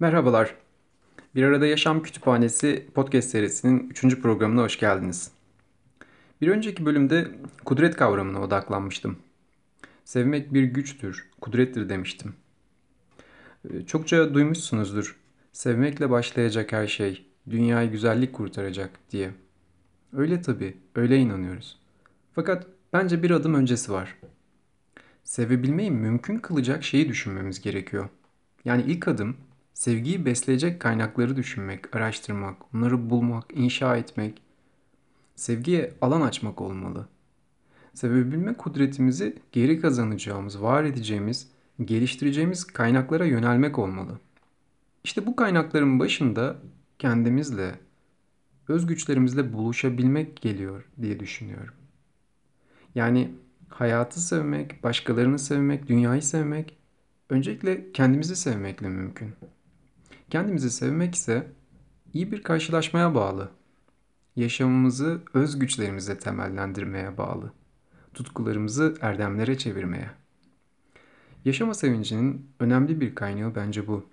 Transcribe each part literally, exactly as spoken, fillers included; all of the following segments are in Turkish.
Merhabalar. Bir Arada Yaşam Kütüphanesi podcast serisinin üçüncü programına hoş geldiniz. Bir önceki bölümde kudret kavramına odaklanmıştım. Sevmek bir güçtür, kudrettir demiştim. Ee, Çokça duymuşsunuzdur. Sevmekle başlayacak her şey, dünyayı güzellik kurtaracak diye. Öyle tabii, öyle inanıyoruz. Fakat bence bir adım öncesi var. Sevebilmeyi mümkün kılacak şeyi düşünmemiz gerekiyor. Yani ilk adım sevgiyi besleyecek kaynakları düşünmek, araştırmak, onları bulmak, inşa etmek, sevgiye alan açmak olmalı. Sevebilme kudretimizi geri kazanacağımız, var edeceğimiz, geliştireceğimiz kaynaklara yönelmek olmalı. İşte bu kaynakların başında kendimizle, öz güçlerimizle buluşabilmek geliyor diye düşünüyorum. Yani hayatı sevmek, başkalarını sevmek, dünyayı sevmek öncelikle kendimizi sevmekle mümkün. Kendimizi sevmek ise iyi bir karşılaşmaya bağlı. Yaşamımızı öz güçlerimize temellendirmeye bağlı. Tutkularımızı erdemlere çevirmeye. Yaşama sevincinin önemli bir kaynağı bence bu.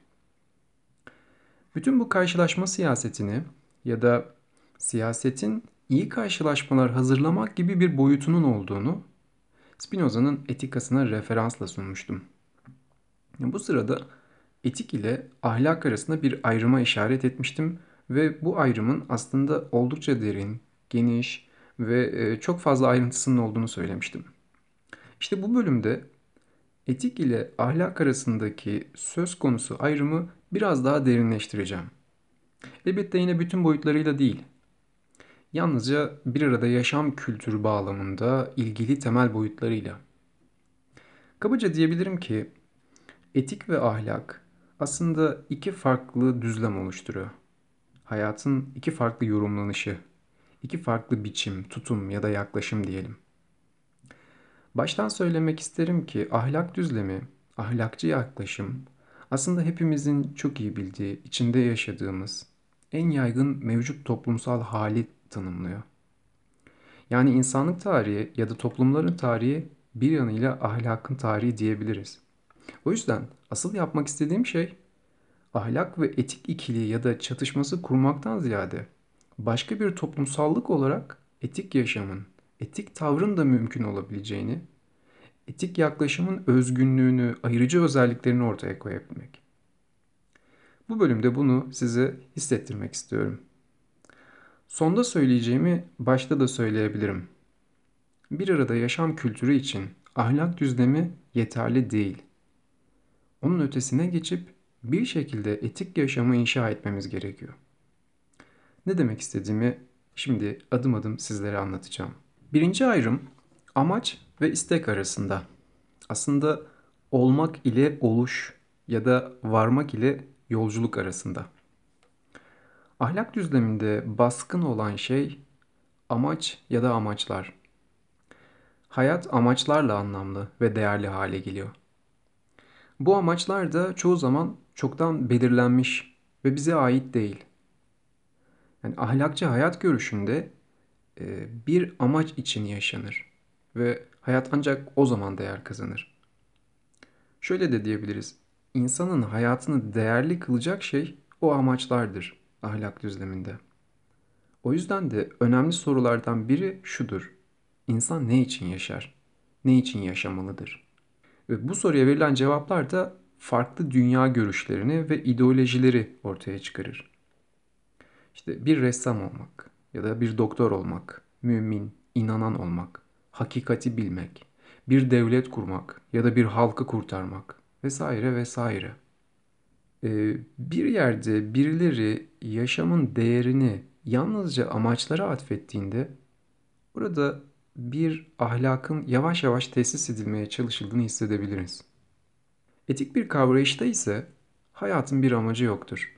Bütün bu karşılaşma siyasetini ya da siyasetin iyi karşılaşmalar hazırlamak gibi bir boyutunun olduğunu Spinoza'nın Etikasına referansla sunmuştum. Bu sırada etik ile ahlak arasında bir ayrıma işaret etmiştim ve bu ayrımın aslında oldukça derin, geniş ve e, çok fazla ayrıntısının olduğunu söylemiştim. İşte bu bölümde etik ile ahlak arasındaki söz konusu ayrımı biraz daha derinleştireceğim. Elbette yine bütün boyutlarıyla değil. Yalnızca bir arada yaşam kültürü bağlamında ilgili temel boyutlarıyla. Kabaca diyebilirim ki etik ve ahlak aslında iki farklı düzlem oluşturuyor. Hayatın iki farklı yorumlanışı, iki farklı biçim, tutum ya da yaklaşım diyelim. Baştan söylemek isterim ki ahlak düzlemi, ahlakçı yaklaşım aslında hepimizin çok iyi bildiği, içinde yaşadığımız en yaygın mevcut toplumsal hali tanımlıyor. Yani insanlık tarihi ya da toplumların tarihi bir yanıyla ahlakın tarihi diyebiliriz. O yüzden asıl yapmak istediğim şey ahlak ve etik ikiliği ya da çatışması kurmaktan ziyade başka bir toplumsallık olarak etik yaşamın, etik tavrın da mümkün olabileceğini, etik yaklaşımın özgünlüğünü, ayırıcı özelliklerini ortaya koyabilmek. Bu bölümde bunu size hissettirmek istiyorum. Sonda söyleyeceğimi başta da söyleyebilirim. Bir arada yaşam kültürü için ahlak düzlemi yeterli değil. Onun ötesine geçip bir şekilde etik yaşamı inşa etmemiz gerekiyor. Ne demek istediğimi şimdi adım adım sizlere anlatacağım. Birinci ayrım amaç ve istek arasında. Aslında olmak ile oluş ya da varmak ile yolculuk arasında. Ahlak düzleminde baskın olan şey amaç ya da amaçlar. Hayat amaçlarla anlamlı ve değerli hale geliyor. Bu amaçlar da çoğu zaman çoktan belirlenmiş ve bize ait değil. Yani ahlakçı hayat görüşünde e, bir amaç için yaşanır ve hayat ancak o zaman değer kazanır. Şöyle de diyebiliriz. İnsanın hayatını değerli kılacak şey o amaçlardır ahlak düzleminde. O yüzden de önemli sorulardan biri şudur. İnsan ne için yaşar? Ne için yaşamalıdır? Ve bu soruya verilen cevaplar da farklı dünya görüşlerini ve ideolojileri ortaya çıkarır. İşte bir ressam olmak ya da bir doktor olmak, mümin, inanan olmak, hakikati bilmek, bir devlet kurmak ya da bir halkı kurtarmak vesaire vesaire. Ee, bir yerde birileri yaşamın değerini yalnızca amaçlara atfettiğinde burada bir ahlakın yavaş yavaş tesis edilmeye çalışıldığını hissedebiliriz. Etik bir kavrayışta ise hayatın bir amacı yoktur.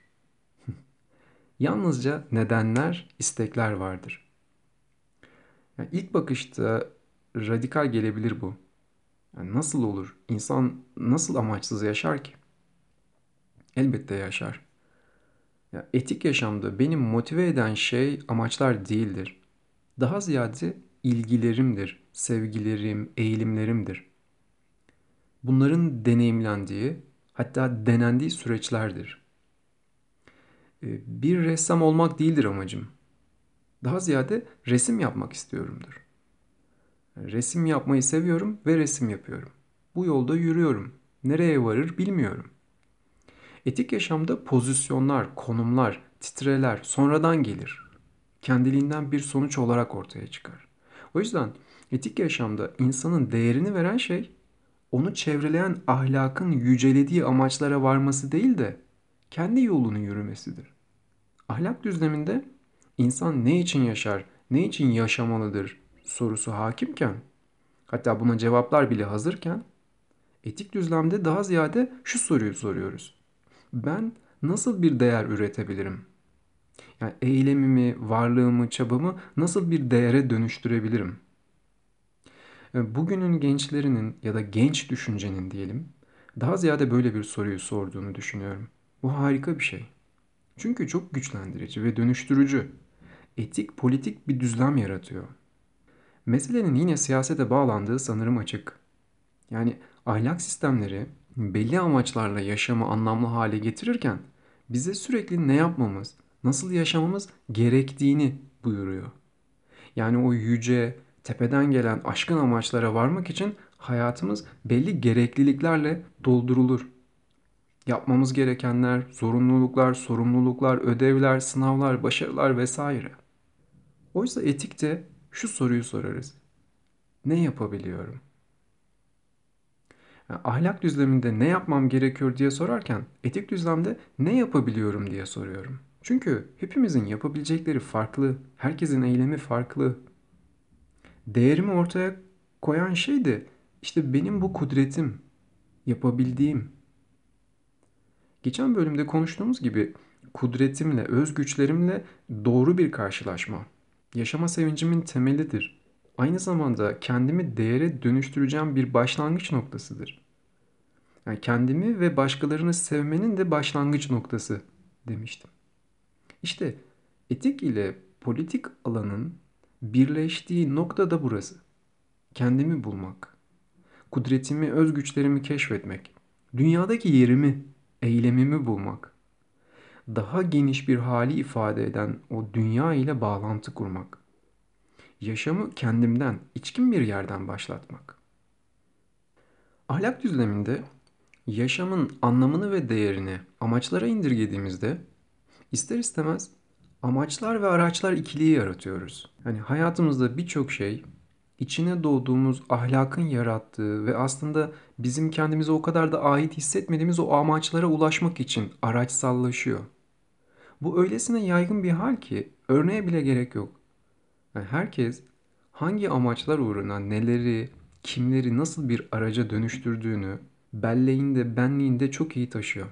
Yalnızca nedenler, istekler vardır. Yani ilk bakışta radikal gelebilir bu. Yani nasıl olur? İnsan nasıl amaçsız yaşar ki? Elbette yaşar. Ya etik yaşamda beni motive eden şey amaçlar değildir. Daha ziyade ilgilerimdir, sevgilerim, eğilimlerimdir. Bunların deneyimlendiği, hatta denendiği süreçlerdir. E, Bir ressam olmak değildir amacım. Daha ziyade resim yapmak istiyorumdur. Resim yapmayı seviyorum ve resim yapıyorum. Bu yolda yürüyorum. Nereye varır bilmiyorum. Etik yaşamda pozisyonlar, konumlar, titreler sonradan gelir. Kendiliğinden bir sonuç olarak ortaya çıkar. O yüzden etik yaşamda insanın değerini veren şey onu çevreleyen ahlakın yücelediği amaçlara varması değil de kendi yolunu yürümesidir. Ahlak düzleminde insan ne için yaşar, ne için yaşamalıdır sorusu hakimken, hatta buna cevaplar bile hazırken, etik düzlemde daha ziyade şu soruyu soruyoruz. Ben nasıl bir değer üretebilirim? Yani eylemimi, varlığımı, çabamı nasıl bir değere dönüştürebilirim? E, Bugünün gençlerinin ya da genç düşüncenin diyelim, daha ziyade böyle bir soruyu sorduğunu düşünüyorum. Bu harika bir şey. Çünkü çok güçlendirici ve dönüştürücü. Etik, politik bir düzlem yaratıyor. Meselenin yine siyasete bağlandığı sanırım açık. Yani ahlak sistemleri belli amaçlarla yaşamı anlamlı hale getirirken bize sürekli ne yapmamız, nasıl yaşamamız gerektiğini buyuruyor. Yani o yüce, tepeden gelen aşkın amaçlara varmak için hayatımız belli gerekliliklerle doldurulur. Yapmamız gerekenler, zorunluluklar, sorumluluklar, ödevler, sınavlar, başarılar vesaire. Oysa etikte şu soruyu sorarız. Ne yapabiliyorum? Yani ahlak düzleminde ne yapmam gerekiyor diye sorarken etik düzlemde ne yapabiliyorum diye soruyorum. Çünkü hepimizin yapabilecekleri farklı, herkesin eylemi farklı. Değerimi ortaya koyan şey de işte benim bu kudretim, yapabildiğim. Geçen bölümde konuştuğumuz gibi kudretimle, özgüçlerimle doğru bir karşılaşma. Yaşama sevincimin temelidir. Aynı zamanda kendimi değere dönüştüreceğim bir başlangıç noktasıdır. Yani kendimi ve başkalarını sevmenin de başlangıç noktası demiştim. İşte etik ile politik alanın birleştiği nokta da burası. Kendimi bulmak, kudretimi, özgüçlerimi keşfetmek, dünyadaki yerimi, eylemimi bulmak, daha geniş bir hali ifade eden o dünya ile bağlantı kurmak, yaşamı kendimden, içkin bir yerden başlatmak. Ahlak düzleminde yaşamın anlamını ve değerini amaçlara indirgediğimizde ister istemez amaçlar ve araçlar ikiliği yaratıyoruz. Hani hayatımızda birçok şey içine doğduğumuz ahlakın yarattığı ve aslında bizim kendimize o kadar da ait hissetmediğimiz o amaçlara ulaşmak için araçsallaşıyor. Bu öylesine yaygın bir hal ki örneğe bile gerek yok. Yani herkes hangi amaçlar uğruna neleri, kimleri nasıl bir araca dönüştürdüğünü belleğinde, benliğinde çok iyi taşıyor.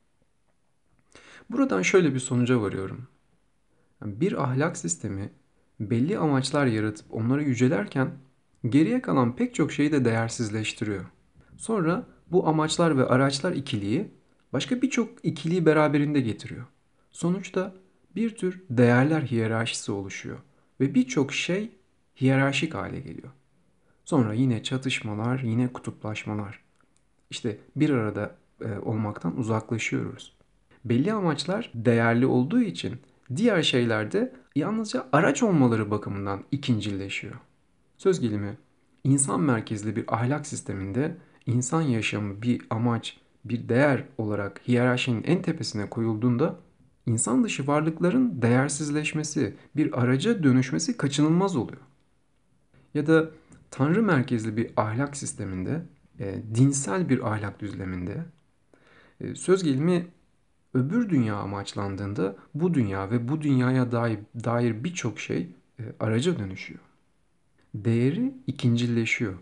Buradan şöyle bir sonuca varıyorum. Yani bir ahlak sistemi belli amaçlar yaratıp onları yücelerken geriye kalan pek çok şeyi de değersizleştiriyor. Sonra bu amaçlar ve araçlar ikiliği başka birçok ikiliği beraberinde getiriyor. Sonuçta bir tür değerler hiyerarşisi oluşuyor ve birçok şey hiyerarşik hale geliyor. Sonra yine çatışmalar, yine kutuplaşmalar. İşte bir arada e, olmaktan uzaklaşıyoruz. Belli amaçlar değerli olduğu için diğer şeyler de yalnızca araç olmaları bakımından ikincilleşiyor. Söz gelimi insan merkezli bir ahlak sisteminde insan yaşamı bir amaç, bir değer olarak hiyerarşinin en tepesine koyulduğunda insan dışı varlıkların değersizleşmesi, bir araca dönüşmesi kaçınılmaz oluyor. Ya da tanrı merkezli bir ahlak sisteminde, e, dinsel bir ahlak düzleminde e, söz gelimi öbür dünya amaçlandığında bu dünya ve bu dünyaya dair, dair birçok şey e, araca dönüşüyor. Değeri ikincilleşiyor.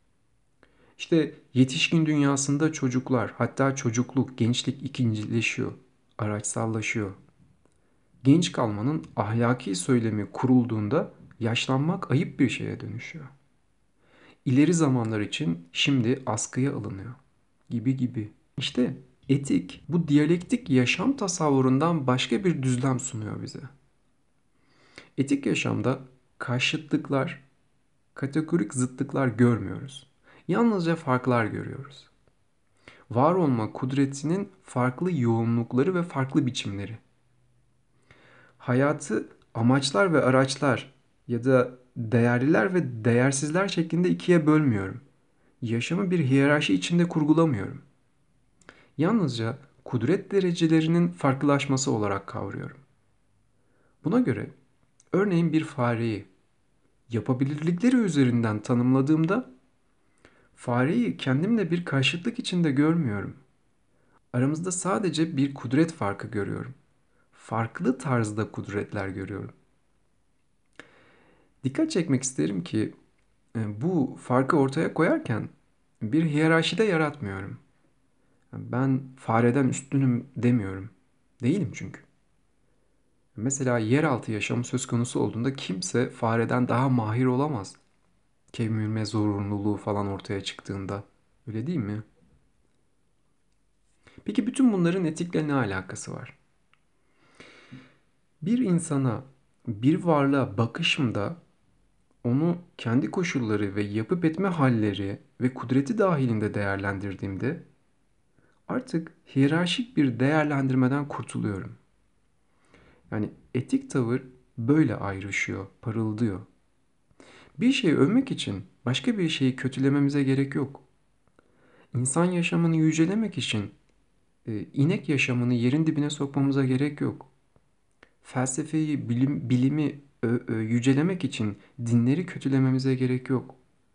İşte yetişkin dünyasında çocuklar, hatta çocukluk, gençlik ikincileşiyor, araçsallaşıyor. Genç kalmanın ahlaki söylemi kurulduğunda yaşlanmak ayıp bir şeye dönüşüyor. İleri zamanlar için şimdi askıya alınıyor gibi gibi. İşte etik bu diyalektik yaşam tasavvurundan başka bir düzlem sunuyor bize. Etik yaşamda karşıtlıklar, kategorik zıtlıklar görmüyoruz. Yalnızca farklar görüyoruz. Var olma kudretinin farklı yoğunlukları ve farklı biçimleri. Hayatı amaçlar ve araçlar ya da değerliler ve değersizler şeklinde ikiye bölmüyorum. Yaşamı bir hiyerarşi içinde kurgulamıyorum. Yalnızca kudret derecelerinin farklılaşması olarak kavruyorum. Buna göre örneğin bir fareyi yapabilirlikleri üzerinden tanımladığımda fareyi kendimle bir karşıtlık içinde görmüyorum. Aramızda sadece bir kudret farkı görüyorum. Farklı tarzda kudretler görüyorum. Dikkat çekmek isterim ki e, bu farkı ortaya koyarken bir hiyerarşi de yaratmıyorum. Ben fareden üstünüm demiyorum. Değilim çünkü. Mesela yeraltı yaşamı söz konusu olduğunda kimse fareden daha mahir olamaz. Kemirme zorunluluğu falan ortaya çıktığında. Öyle değil mi? Peki bütün bunların etikle ne alakası var? Bir insana, bir varlığa bakışımda onu kendi koşulları ve yapıp etme halleri ve kudreti dahilinde değerlendirdiğimde artık hiyerarşik bir değerlendirmeden kurtuluyorum. Yani etik tavır böyle ayrışıyor, parıldıyor. Bir şeyi övmek için başka bir şeyi kötülememize gerek yok. İnsan yaşamını yücelemek için e, inek yaşamını yerin dibine sokmamıza gerek yok. Felsefeyi, bilim, bilimi ö, ö, yücelemek için dinleri kötülememize gerek yok.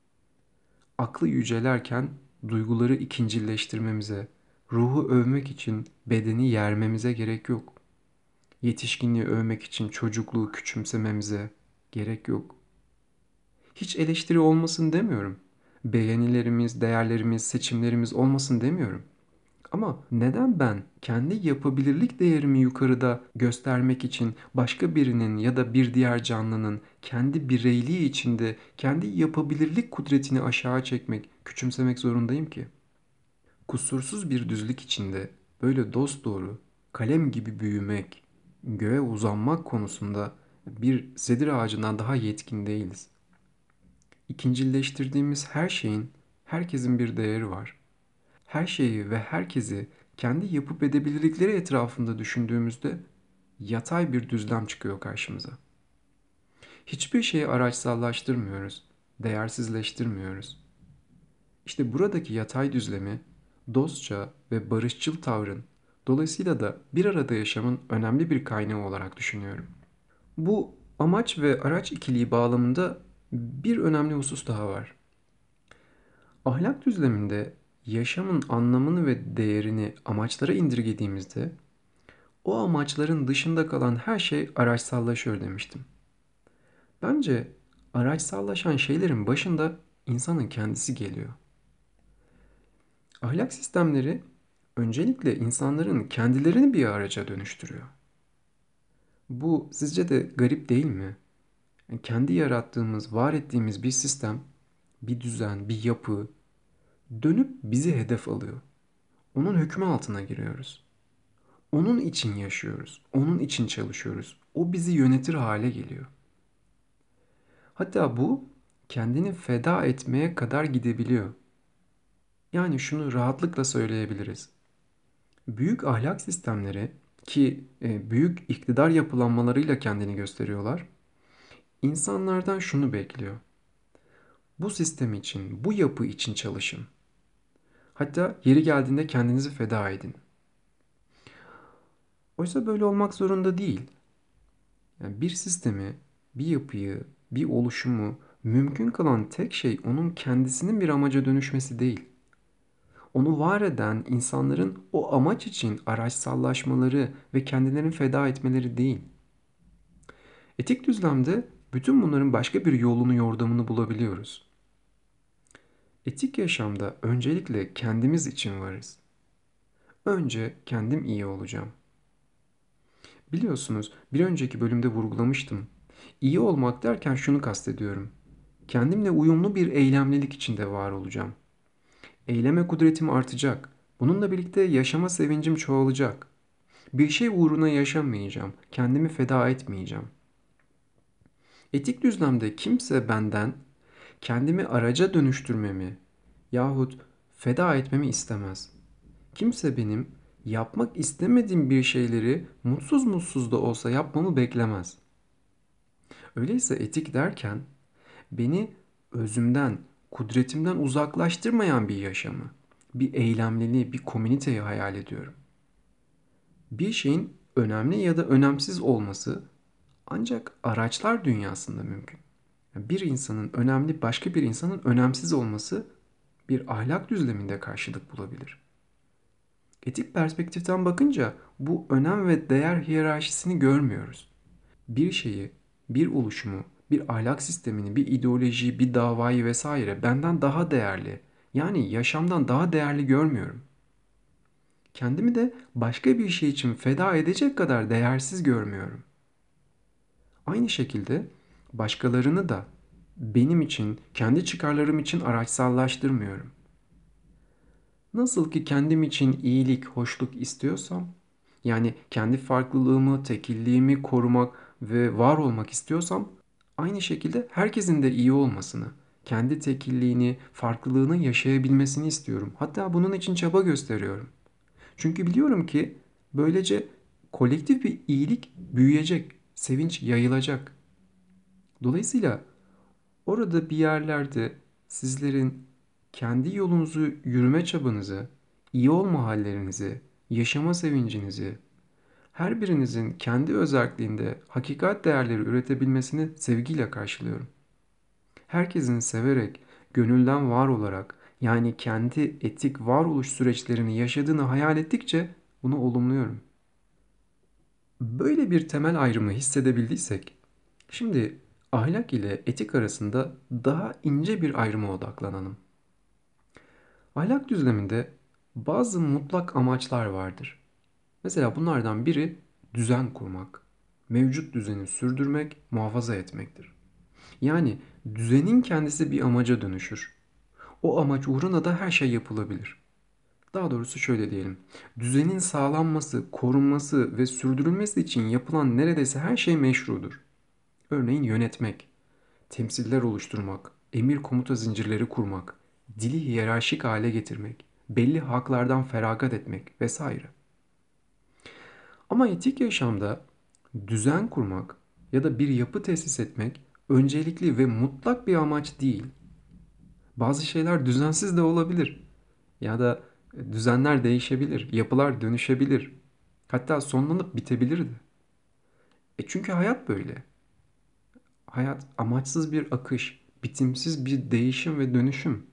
Aklı yücelerken duyguları ikincilleştirmemize, ruhu övmek için bedeni yermemize gerek yok. Yetişkinliği övmek için çocukluğu küçümsememize gerek yok. Hiç eleştiri olmasın demiyorum. Beğenilerimiz, değerlerimiz, seçimlerimiz olmasın demiyorum. Ama neden ben kendi yapabilirlik değerimi yukarıda göstermek için başka birinin ya da bir diğer canlının kendi bireyliği içinde kendi yapabilirlik kudretini aşağı çekmek, küçümsemek zorundayım ki? Kusursuz bir düzlük içinde böyle dosdoğru, kalem gibi büyümek, göğe uzanmak konusunda bir sedir ağacından daha yetkin değiliz. İkincilleştirdiğimiz her şeyin, herkesin bir değeri var. Her şeyi ve herkesi kendi yapıp edebilirlikleri etrafında düşündüğümüzde yatay bir düzlem çıkıyor karşımıza. Hiçbir şeyi araçsallaştırmıyoruz, değersizleştirmiyoruz. İşte buradaki yatay düzlemi dostça ve barışçıl tavrın, dolayısıyla da bir arada yaşamın önemli bir kaynağı olarak düşünüyorum. Bu amaç ve araç ikiliği bağlamında bir önemli husus daha var. Ahlak düzleminde yaşamın anlamını ve değerini amaçlara indirgediğimizde o amaçların dışında kalan her şey araçsallaşıyor demiştim. Bence araçsallaşan şeylerin başında insanın kendisi geliyor. Ahlak sistemleri öncelikle insanların kendilerini bir araca dönüştürüyor. Bu sizce de garip değil mi? Yani kendi yarattığımız, var ettiğimiz bir sistem, bir düzen, bir yapı dönüp bizi hedef alıyor. Onun hükmü altına giriyoruz. Onun için yaşıyoruz. Onun için çalışıyoruz. O bizi yönetir hale geliyor. Hatta bu kendini feda etmeye kadar gidebiliyor. Yani şunu rahatlıkla söyleyebiliriz. Büyük ahlak sistemleri ki e, büyük iktidar yapılanmalarıyla kendini gösteriyorlar. İnsanlardan şunu bekliyor. Bu sistem için, bu yapı için çalışın. Hatta yeri geldiğinde kendinizi feda edin. Oysa böyle olmak zorunda değil. Yani bir sistemi, bir yapıyı, bir oluşumu mümkün kılan tek şey onun kendisinin bir amaca dönüşmesi değil. Onu var eden insanların o amaç için araçsallaşmaları ve kendilerini feda etmeleri değil. Etik düzlemde bütün bunların başka bir yolunu yordamını bulabiliyoruz. Etik yaşamda öncelikle kendimiz için varız. Önce kendim iyi olacağım. Biliyorsunuz bir önceki bölümde vurgulamıştım. İyi olmak derken şunu kastediyorum. Kendimle uyumlu bir eylemlilik içinde var olacağım. Eyleme kudretim artacak. Bununla birlikte yaşama sevincim çoğalacak. Bir şey uğruna yaşamayacağım. Kendimi feda etmeyeceğim. Etik düzlemde kimse benden kendimi araca dönüştürmemi yahut feda etmemi istemez. Kimse benim Yapmak istemediğim bir şeyleri mutsuz mutsuz da olsa yapmamı beklemez. Öyleyse etik derken beni özümden, kudretimden uzaklaştırmayan bir yaşamı, bir eylemliliği, bir komüniteyi hayal ediyorum. Bir şeyin önemli ya da önemsiz olması ancak araçlar dünyasında mümkün. Bir insanın önemli, başka bir insanın önemsiz olması bir ahlak düzleminde karşılık bulabilir. Etik perspektiften bakınca bu önem ve değer hiyerarşisini görmüyoruz. Bir şeyi, bir oluşumu, bir ahlak sistemini, bir ideolojiyi, bir davayı vesaire benden daha değerli, yani yaşamdan daha değerli görmüyorum. Kendimi de başka bir şey için feda edecek kadar değersiz görmüyorum. Aynı şekilde başkalarını da benim için, kendi çıkarlarım için araçsallaştırmıyorum. Nasıl ki kendim için iyilik, hoşluk istiyorsam, yani kendi farklılığımı, tekilliğimi korumak ve var olmak istiyorsam, aynı şekilde herkesin de iyi olmasını, kendi tekilliğini, farklılığını yaşayabilmesini istiyorum. Hatta bunun için çaba gösteriyorum. Çünkü biliyorum ki böylece kolektif bir iyilik büyüyecek, sevinç yayılacak. Dolayısıyla orada bir yerlerde sizlerin kendi yolunuzu yürüme çabanızı, iyi olma hallerinizi, yaşama sevincinizi, her birinizin kendi özelliğinde hakikat değerleri üretebilmesini sevgiyle karşılıyorum. Herkesin severek, gönülden var olarak, yani kendi etik varoluş süreçlerini yaşadığını hayal ettikçe bunu olumluyorum. Böyle bir temel ayrımı hissedebildiysek, şimdi ahlak ile etik arasında daha ince bir ayrıma odaklanalım. Ahlak düzleminde bazı mutlak amaçlar vardır. Mesela bunlardan biri düzen kurmak, mevcut düzeni sürdürmek, muhafaza etmektir. Yani düzenin kendisi bir amaca dönüşür. O amaç uğruna da her şey yapılabilir. Daha doğrusu şöyle diyelim. Düzenin sağlanması, korunması ve sürdürülmesi için yapılan neredeyse her şey meşrudur. Örneğin yönetmek, temsiller oluşturmak, emir komuta zincirleri kurmak, dili hiyerarşik hale getirmek, belli haklardan feragat etmek vesaire. Ama etik yaşamda düzen kurmak ya da bir yapı tesis etmek öncelikli ve mutlak bir amaç değil. Bazı şeyler düzensiz de olabilir ya da düzenler değişebilir, yapılar dönüşebilir. Hatta sonlanıp bitebilir de. E çünkü hayat böyle. Hayat amaçsız bir akış, bitimsiz bir değişim ve dönüşüm.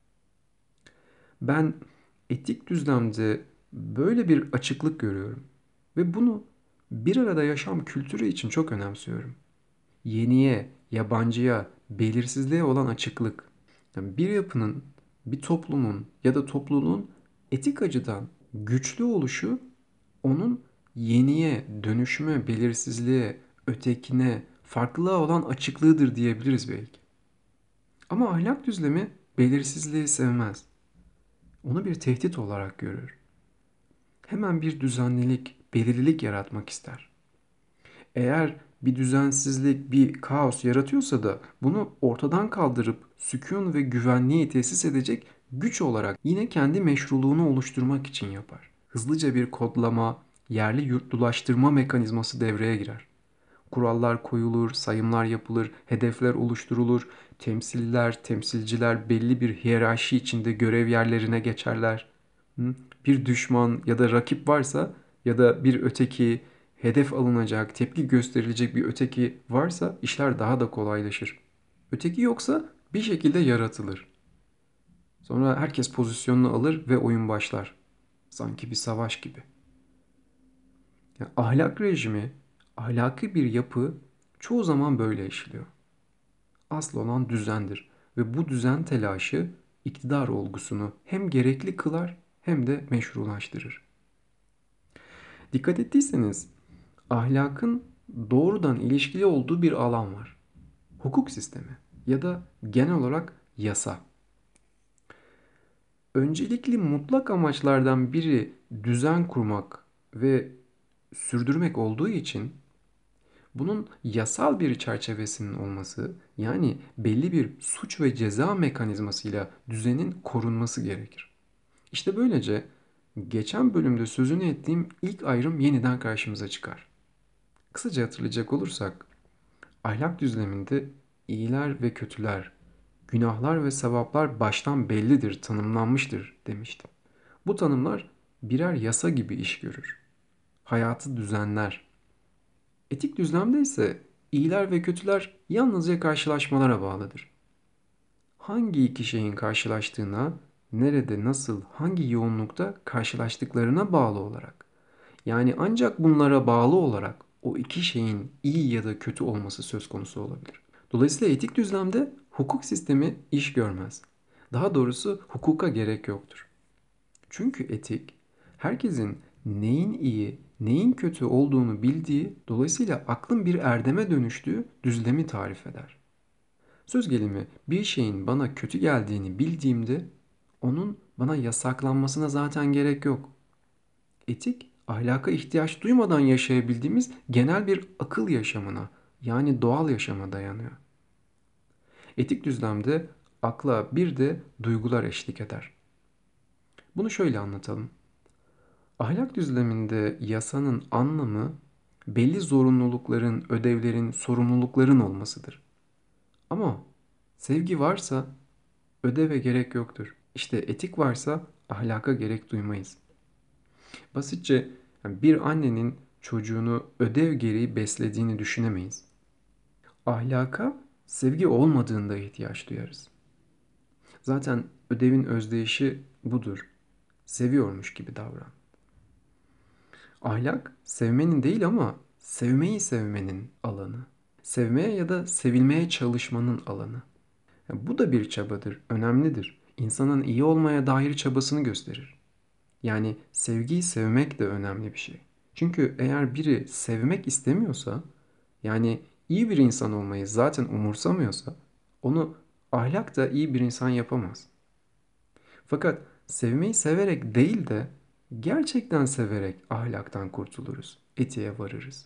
Ben etik düzlemde böyle bir açıklık görüyorum ve bunu bir arada yaşam kültürü için çok önemsiyorum. Yeniye, yabancıya, belirsizliğe olan açıklık. Yani bir yapının, bir toplumun ya da topluluğun etik açıdan güçlü oluşu onun yeniye, dönüşüme, belirsizliğe, ötekine, farklılığa olan açıklığıdır diyebiliriz belki. Ama ahlak düzlemi belirsizliği sevmez. Onu bir tehdit olarak görür. Hemen bir düzenlilik, belirlilik yaratmak ister. Eğer bir düzensizlik, bir kaos yaratıyorsa da bunu ortadan kaldırıp sükun ve güvenliği tesis edecek güç olarak yine kendi meşruluğunu oluşturmak için yapar. Hızlıca bir kodlama, yerli yurtlulaştırma mekanizması devreye girer. Kurallar koyulur, sayımlar yapılır, hedefler oluşturulur, temsiller, temsilciler belli bir hiyerarşi içinde görev yerlerine geçerler. Bir düşman ya da rakip varsa ya da bir öteki, hedef alınacak, tepki gösterilecek bir öteki varsa işler daha da kolaylaşır. Öteki yoksa bir şekilde yaratılır. Sonra herkes pozisyonunu alır ve oyun başlar. Sanki bir savaş gibi. Yani ahlak rejimi, ahlaki bir yapı çoğu zaman böyle işliyor. Asıl olan düzendir ve bu düzen telaşı iktidar olgusunu hem gerekli kılar hem de meşrulaştırır. Dikkat ettiyseniz ahlakın doğrudan ilişkili olduğu bir alan var. Hukuk sistemi ya da genel olarak yasa. Öncelikli mutlak amaçlardan biri düzen kurmak ve sürdürmek olduğu için bunun yasal bir çerçevesinin olması, yani belli bir suç ve ceza mekanizmasıyla düzenin korunması gerekir. İşte böylece Geçen bölümde sözünü ettiğim ilk ayrım yeniden karşımıza çıkar. Kısaca hatırlayacak olursak, ahlak düzleminde iyiler ve kötüler, günahlar ve sevaplar baştan bellidir, tanımlanmıştır demiştim. Bu tanımlar birer yasa gibi iş görür. Hayatı düzenler. Etik düzlemde ise iyiler ve kötüler yalnızca karşılaşmalara bağlıdır. Hangi iki şeyin karşılaştığına, nerede, nasıl, hangi yoğunlukta karşılaştıklarına bağlı olarak, yani ancak bunlara bağlı olarak o iki şeyin iyi ya da kötü olması söz konusu olabilir. Dolayısıyla etik düzlemde hukuk sistemi iş görmez. Daha doğrusu hukuka gerek yoktur. Çünkü etik, herkesin neyin iyi, neyin kötü olduğunu bildiği, dolayısıyla aklın bir erdeme dönüştüğü düzlemi tarif eder. Söz gelimi bir şeyin bana kötü geldiğini bildiğimde onun bana yasaklanmasına zaten gerek yok. Etik, ahlaka ihtiyaç duymadan yaşayabildiğimiz genel bir akıl yaşamına, yani doğal yaşama dayanıyor. Etik düzlemde akla bir de duygular eşlik eder. Bunu şöyle anlatalım. Ahlak düzleminde yasanın anlamı belli zorunlulukların, ödevlerin, sorumlulukların olmasıdır. Ama sevgi varsa ödeve gerek yoktur. İşte etik varsa ahlaka gerek duymayız. Basitçe yani bir annenin çocuğunu ödev gereği beslediğini düşünemeyiz. Ahlaka sevgi olmadığında ihtiyaç duyarız. Zaten ödevin özdeyişi budur. Seviyormuş gibi davran. Ahlak sevmenin değil ama sevmeyi sevmenin alanı. Sevmeye ya da sevilmeye çalışmanın alanı. Yani bu da bir çabadır, önemlidir. İnsanın iyi olmaya dair çabasını gösterir. Yani sevgiyi sevmek de önemli bir şey. Çünkü eğer biri sevmek istemiyorsa, yani iyi bir insan olmayı zaten umursamıyorsa, onu ahlak da iyi bir insan yapamaz. Fakat sevmeyi severek değil de gerçekten severek ahlaktan kurtuluruz, etiğe varırız.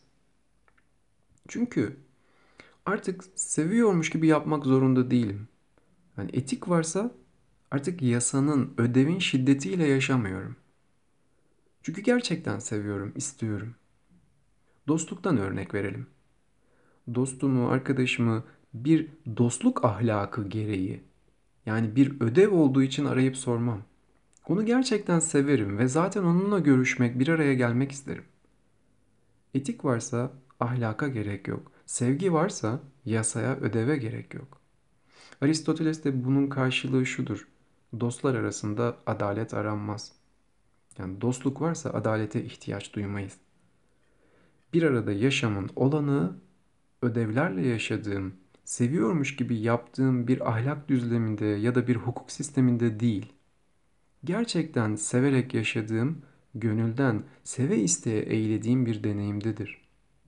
Çünkü artık seviyormuş gibi yapmak zorunda değilim. Yani etik varsa artık yasanın, ödevin şiddetiyle yaşamıyorum. Çünkü gerçekten seviyorum, istiyorum. Dostluktan örnek verelim. Dostumu, arkadaşımı bir dostluk ahlakı gereği, yani bir ödev olduğu için arayıp sormam. Onu gerçekten severim ve zaten onunla görüşmek, bir araya gelmek isterim. Etik varsa ahlaka gerek yok. Sevgi varsa yasaya, ödeve gerek yok. Aristoteles de bunun karşılığı şudur. Dostlar arasında adalet aranmaz. Yani dostluk varsa adalete ihtiyaç duymayız. Bir arada yaşamın olanağı ödevlerle yaşadığım, seviyormuş gibi yaptığım bir ahlak düzleminde ya da bir hukuk sisteminde değil. Gerçekten severek yaşadığım, gönülden seve isteye eylediğim bir deneyimdedir.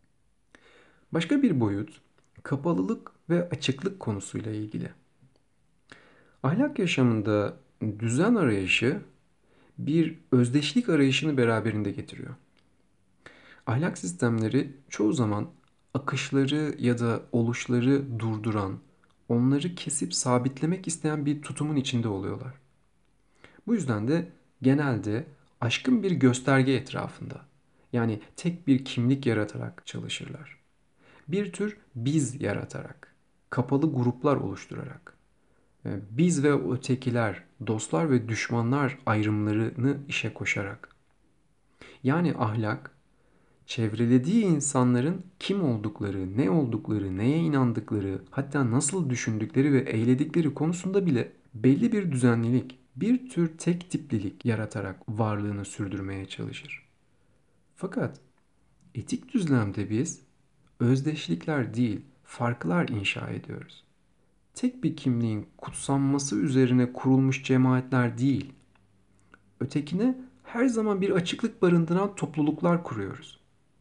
Başka bir boyut, kapalılık ve açıklık konusuyla ilgili. Ahlak yaşamında düzen arayışı bir özdeşlik arayışını beraberinde getiriyor. Ahlak sistemleri çoğu zaman akışları ya da oluşları durduran, onları kesip sabitlemek isteyen bir tutumun içinde oluyorlar. Bu yüzden de genelde aşkın bir gösterge etrafında, yani tek bir kimlik yaratarak çalışırlar. Bir tür biz yaratarak, kapalı gruplar oluşturarak, e, biz ve ötekiler, dostlar ve düşmanlar ayrımlarını işe koşarak. Yani ahlak, çevrelediği insanların kim oldukları, ne oldukları, neye inandıkları, hatta nasıl düşündükleri ve eyledikleri konusunda bile belli bir düzenlilik, bir tür tek tiplilik yaratarak varlığını sürdürmeye çalışır. Fakat etik düzlemde biz özdeşlikler değil, farklar inşa ediyoruz. Tek bir kimliğin kutsanması üzerine kurulmuş cemaatler değil, ötekine her zaman bir açıklık barındıran topluluklar kuruyoruz.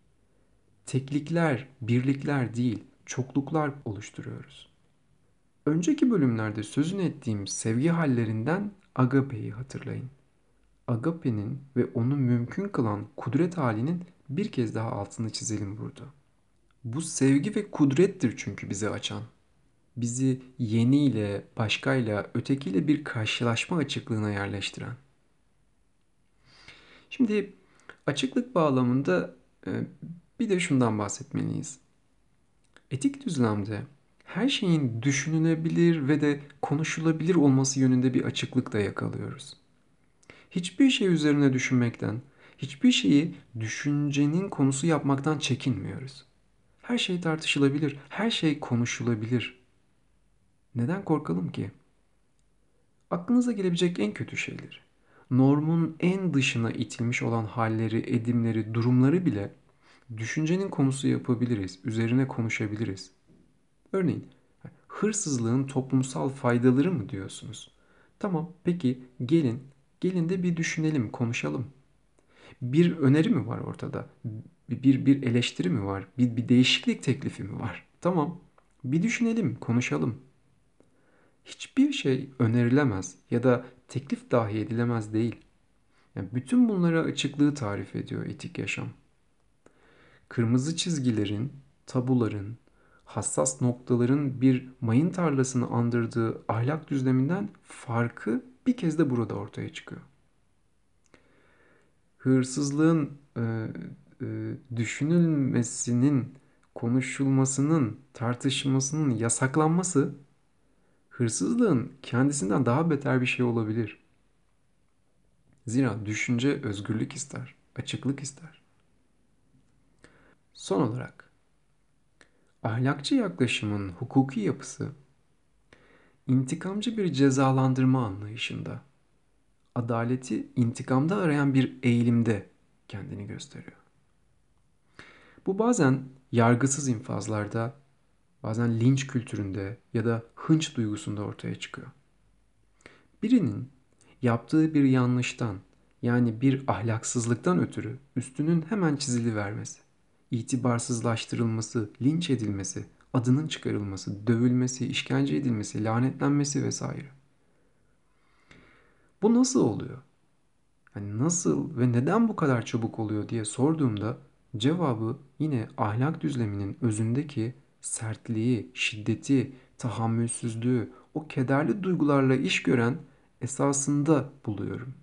Teklikler, birlikler değil, çokluklar oluşturuyoruz. Önceki bölümlerde sözünü ettiğim sevgi hallerinden agape'yi hatırlayın. Agape'nin ve onu mümkün kılan kudret halinin bir kez daha altını çizelim burada. Bu sevgi ve kudrettir çünkü bizi açan. Bizi yeniyle, başkayla, ötekiyle bir karşılaşma açıklığına yerleştiren. Şimdi açıklık bağlamında e, bir de şundan bahsetmeliyiz. Etik düzlemde her şeyin düşünülebilir ve de konuşulabilir olması yönünde bir açıklık da yakalıyoruz. Hiçbir şey üzerine düşünmekten, hiçbir şeyi düşüncenin konusu yapmaktan çekinmiyoruz. Her şey tartışılabilir, her şey konuşulabilir. Neden korkalım ki? Aklınıza gelebilecek en kötü şeyler. Normun en dışına itilmiş olan halleri, edimleri, durumları bile düşüncenin konusu yapabiliriz, üzerine konuşabiliriz. Örneğin, hırsızlığın toplumsal faydaları mı diyorsunuz? Tamam, peki gelin, gelin de bir düşünelim, konuşalım. Bir öneri mi var ortada? Bir, bir, bir eleştiri mi var? Bir, bir değişiklik teklifi mi var? Tamam, bir düşünelim, konuşalım. Hiçbir şey önerilemez ya da teklif dahi edilemez değil. Yani bütün bunlara açıklığı tarif ediyor etik yaşam. Kırmızı çizgilerin, tabuların, hassas noktaların bir mayın tarlasını andırdığı ahlak düzleminden farkı bir kez de burada ortaya çıkıyor. Hırsızlığın e, e, düşünülmesinin, konuşulmasının, tartışılmasının yasaklanması hırsızlığın kendisinden daha beter bir şey olabilir. Zira düşünce özgürlük ister, açıklık ister. Son olarak, ahlakçı yaklaşımın hukuki yapısı, intikamcı bir cezalandırma anlayışında, adaleti intikamda arayan bir eğilimde kendini gösteriyor. Bu bazen yargısız infazlarda, bazen linç kültüründe ya da hınç duygusunda ortaya çıkıyor. Birinin yaptığı bir yanlıştan, yani bir ahlaksızlıktan ötürü üstünün hemen çizilivermesi, itibarsızlaştırılması, linç edilmesi, adının çıkarılması, dövülmesi, işkence edilmesi, lanetlenmesi vesaire. Bu nasıl oluyor? Yani nasıl ve neden bu kadar çabuk oluyor diye sorduğumda cevabı yine ahlak düzleminin özündeki sertliği, şiddeti, tahammülsüzlüğü, o kederli duygularla iş gören esasında buluyorum.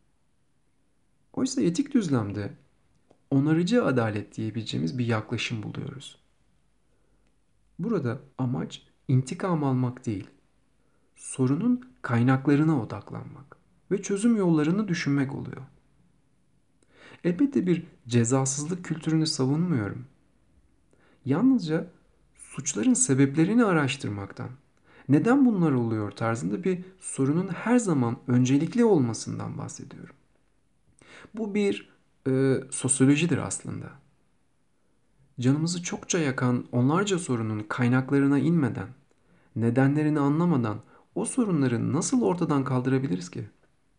Oysa etik düzlemde onarıcı adalet diyebileceğimiz bir yaklaşım buluyoruz. Burada amaç intikam almak değil, sorunun kaynaklarına odaklanmak ve çözüm yollarını düşünmek oluyor. Elbette bir cezasızlık kültürünü savunmuyorum. Yalnızca suçların sebeplerini araştırmaktan, neden bunlar oluyor tarzında bir sorunun her zaman öncelikli olmasından bahsediyorum. Bu bir e, sosyolojidir aslında. Canımızı çokça yakan onlarca sorunun kaynaklarına inmeden, nedenlerini anlamadan o sorunları nasıl ortadan kaldırabiliriz ki?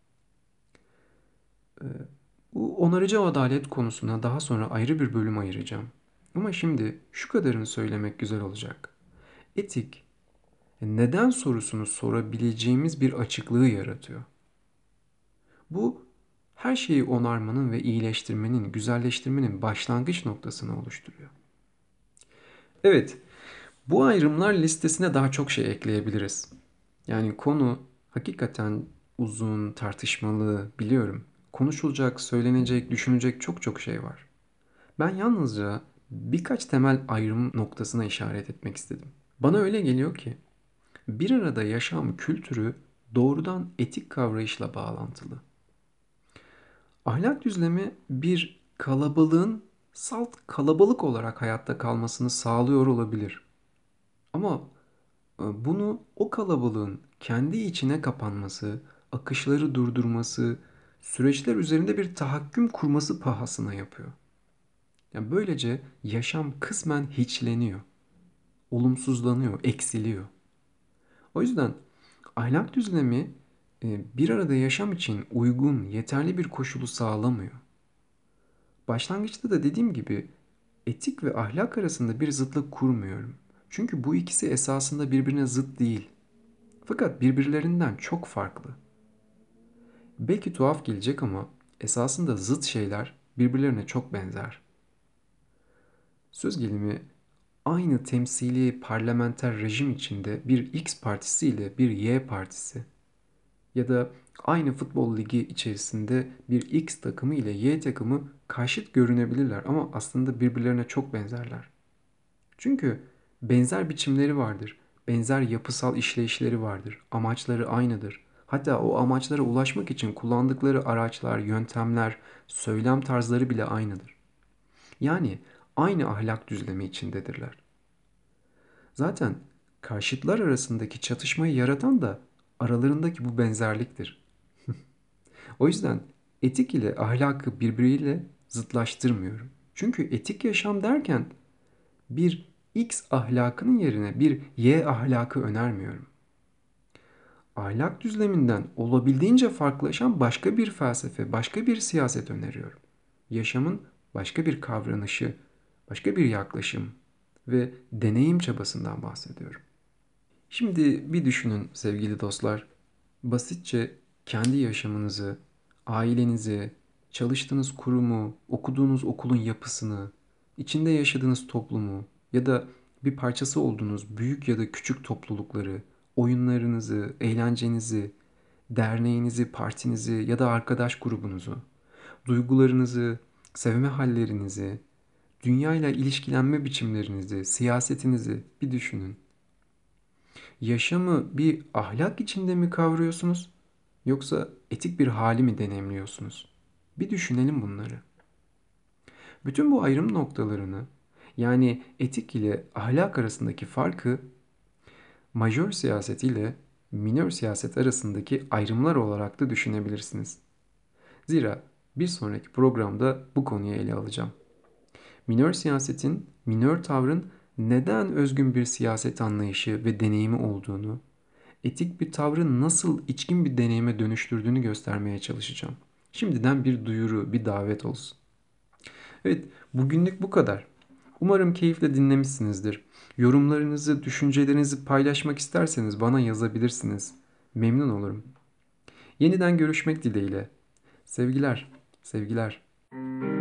E, Bu onarıcı adalet konusuna daha sonra ayrı bir bölüm ayıracağım. Ama şimdi şu kadarını söylemek güzel olacak. Etik, neden sorusunu sorabileceğimiz bir açıklığı yaratıyor. Bu her şeyi onarmanın ve iyileştirmenin, güzelleştirmenin başlangıç noktasını oluşturuyor. Evet, bu ayrımlar listesine daha çok şey ekleyebiliriz. Yani konu hakikaten uzun, tartışmalı, biliyorum. Konuşulacak, söylenecek, düşünecek çok çok şey var. Ben yalnızca birkaç temel ayrım noktasına işaret etmek istedim. Bana öyle geliyor ki bir arada yaşam kültürü doğrudan etik kavrayışla bağlantılı. Ahlak düzlemi bir kalabalığın salt kalabalık olarak hayatta kalmasını sağlıyor olabilir. Ama e, bunu o kalabalığın kendi içine kapanması, akışları durdurması, süreçler üzerinde bir tahakküm kurması pahasına yapıyor. Yani böylece yaşam kısmen hiçleniyor, olumsuzlanıyor, eksiliyor. O yüzden ahlak düzlemi e, bir arada yaşam için uygun, yeterli bir koşulu sağlamıyor. Başlangıçta da dediğim gibi etik ve ahlak arasında bir zıtlık kurmuyorum. Çünkü bu ikisi esasında birbirine zıt değil. Fakat birbirlerinden çok farklı. Belki tuhaf gelecek ama esasında zıt şeyler birbirlerine çok benzer. Söz gelimi aynı temsili parlamenter rejim içinde bir X partisi ile bir Y partisi ya da Aynı futbol ligi içerisinde bir X takımı ile Y takımı karşıt görünebilirler ama aslında birbirlerine çok benzerler. Çünkü benzer biçimleri vardır, benzer yapısal işleyişleri vardır, amaçları aynıdır. Hatta o amaçlara ulaşmak için kullandıkları araçlar, yöntemler, söylem tarzları bile aynıdır. Yani aynı ahlak düzlemi içindedirler. Zaten karşıtlar arasındaki çatışmayı yaratan da aralarındaki bu benzerliktir. O yüzden etik ile ahlakı birbiriyle zıtlaştırmıyorum. Çünkü etik yaşam derken bir X ahlakının yerine bir Y ahlakı önermiyorum. Ahlak düzleminden olabildiğince farklılaşan başka bir felsefe, başka bir siyaset öneriyorum. Yaşamın başka bir kavranışı, başka bir yaklaşım ve deneyim çabasından bahsediyorum. Şimdi bir düşünün sevgili dostlar. Basitçe kendi yaşamınızı, ailenizi, çalıştığınız kurumu, okuduğunuz okulun yapısını, içinde yaşadığınız toplumu ya da bir parçası olduğunuz büyük ya da küçük toplulukları, oyunlarınızı, eğlencenizi, derneğinizi, partinizi ya da arkadaş grubunuzu, duygularınızı, sevme hallerinizi, dünyayla ilişkilenme biçimlerinizi, siyasetinizi bir düşünün. Yaşamı bir ahlak içinde mi kavruyorsunuz yoksa etik bir hali mi deneyimliyorsunuz? Bir düşünelim bunları. Bütün bu ayrım noktalarını yani etik ile ahlak arasındaki farkı majör siyaset ile minör siyaset arasındaki ayrımlar olarak da düşünebilirsiniz. Zira bir sonraki programda bu konuyu ele alacağım. Minör siyasetin, minör tavrın neden özgün bir siyaset anlayışı ve deneyimi olduğunu, etik bir tavrı nasıl içkin bir deneyime dönüştürdüğünü göstermeye çalışacağım. Şimdiden bir duyuru, bir davet olsun. Evet, bugünlük bu kadar. Umarım keyifle dinlemişsinizdir. Yorumlarınızı, düşüncelerinizi paylaşmak isterseniz bana yazabilirsiniz. Memnun olurum. Yeniden görüşmek dileğiyle. Sevgiler, sevgiler.